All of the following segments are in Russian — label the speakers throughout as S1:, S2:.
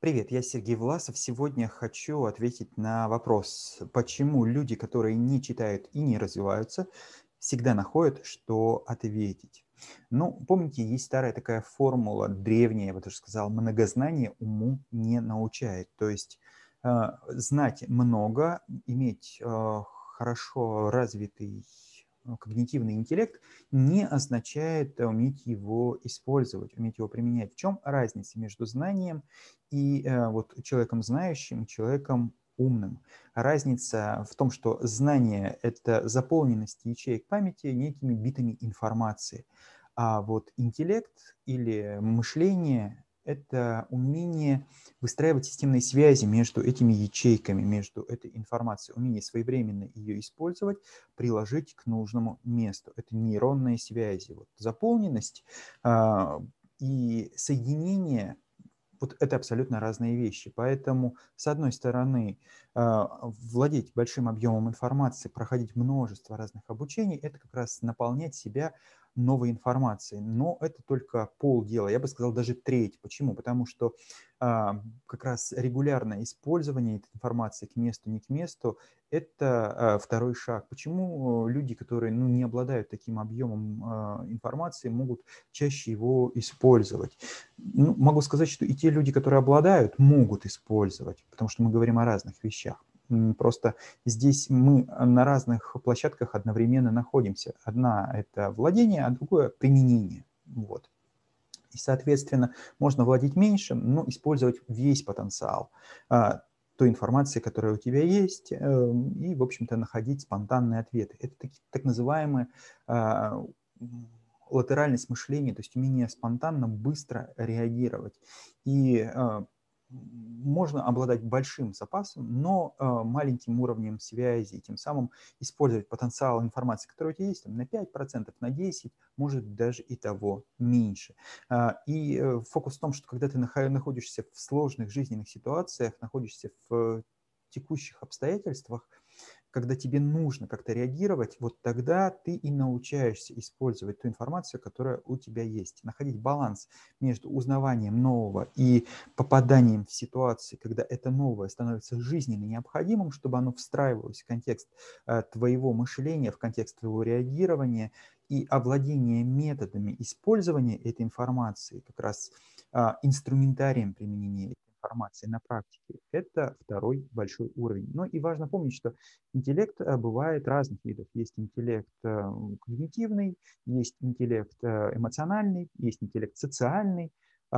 S1: Привет, я Сергей Власов. Сегодня хочу ответить на вопрос, почему люди, которые не читают и не развиваются, всегда находят, что ответить. Ну, помните, есть старая такая формула, древняя, я бы даже сказал, многознание уму не научает. То есть знать много, иметь хорошо развитый когнитивный интеллект не означает уметь его использовать, уметь его применять. В чем разница между знанием и вот человеком знающим, человеком умным? Разница в том, что знание– это заполненность ячеек памяти некими битами информации, а вот интеллект или мышление– это умение выстраивать системные связи между этими ячейками, между этой информацией, умение своевременно ее использовать, приложить к нужному месту. Это нейронные связи. Вот заполненность и соединение вот это абсолютно разные вещи. Поэтому, с одной стороны, владеть большим объемом информации, проходить множество разных обучений– это как раз наполнять себя новой информацией. Но это только полдела, я бы сказал, даже треть. Почему? Потому что как раз регулярное использование этой информации к месту, не к месту– это второй шаг. Почему люди, которые не обладают таким объемом информации, могут чаще его использовать? Ну, могу сказать, что и те люди, которые обладают, могут использовать, потому что мы говорим о разных вещах. Просто здесь мы на разных площадках одновременно находимся. Одна– это владение, а другое– применение. Вот. И, соответственно, можно владеть меньшим, но использовать весь потенциал той информации, которая у тебя есть, и, в общем-то, находить спонтанные ответы. Это так называемые латеральность мышления, то есть умение спонтанно, быстро реагировать. И можно обладать большим запасом, но маленьким уровнем связи, и тем самым использовать потенциал информации, который у тебя есть, там, на 5%, на 10%, может даже и того меньше. И фокус в том, что когда ты находишься в сложных жизненных ситуациях, находишься в текущих обстоятельствах, когда тебе нужно как-то реагировать, вот тогда ты и научаешься использовать ту информацию, которая у тебя есть. Находить баланс между узнаванием нового и попаданием в ситуации, когда это новое становится жизненно необходимым, чтобы оно встраивалось в контекст твоего мышления, в контекст твоего реагирования и овладение методами использования этой информации, как раз инструментарием применения информации на практике. Это второй большой уровень. Но и важно помнить, что интеллект бывает разных видов. Есть интеллект когнитивный, есть интеллект эмоциональный, есть интеллект социальный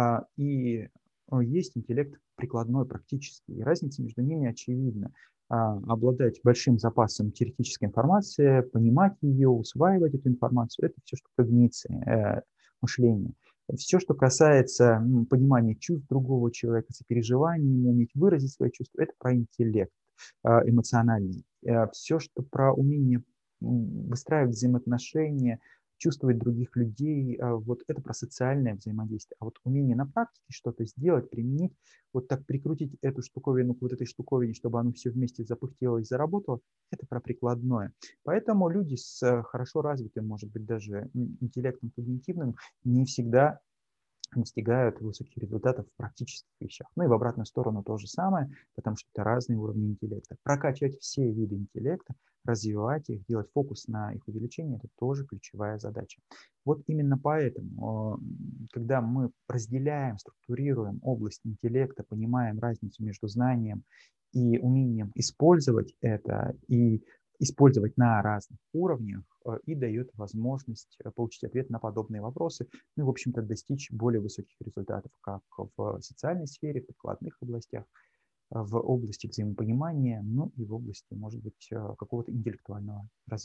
S1: и есть интеллект прикладной, практический. И разница между ними очевидна. Обладать большим запасом теоретической информации, понимать ее, усваивать эту информацию– это все, что когниция, мышление. Все, что касается понимания чувств другого человека, сопереживания ему, уметь выразить свои чувства– это про интеллект эмоциональный. Все, что про умение выстраивать взаимоотношения, чувствовать других людей, вот это про социальное взаимодействие. А вот умение на практике что-то сделать, применить, вот так прикрутить эту штуковину к вот этой штуковине, чтобы оно все вместе запыхтело и заработало, это про прикладное. Поэтому люди с хорошо развитым, может быть, даже интеллектом когнитивным не всегда достигают высоких результатов в практических вещах. Ну и в обратную сторону то же самое, потому что это разные уровни интеллекта. Прокачивать все виды интеллекта, развивать их, делать фокус на их увеличение– это тоже ключевая задача. Вот именно поэтому, когда мы разделяем, структурируем область интеллекта, понимаем разницу между знанием и умением использовать это, и использовать на разных уровнях и дает возможность получить ответ на подобные вопросы, ну и, в общем-то, достичь более высоких результатов как в социальной сфере, в прикладных областях, в области взаимопонимания, ну и в области, может быть, какого-то интеллектуального развития.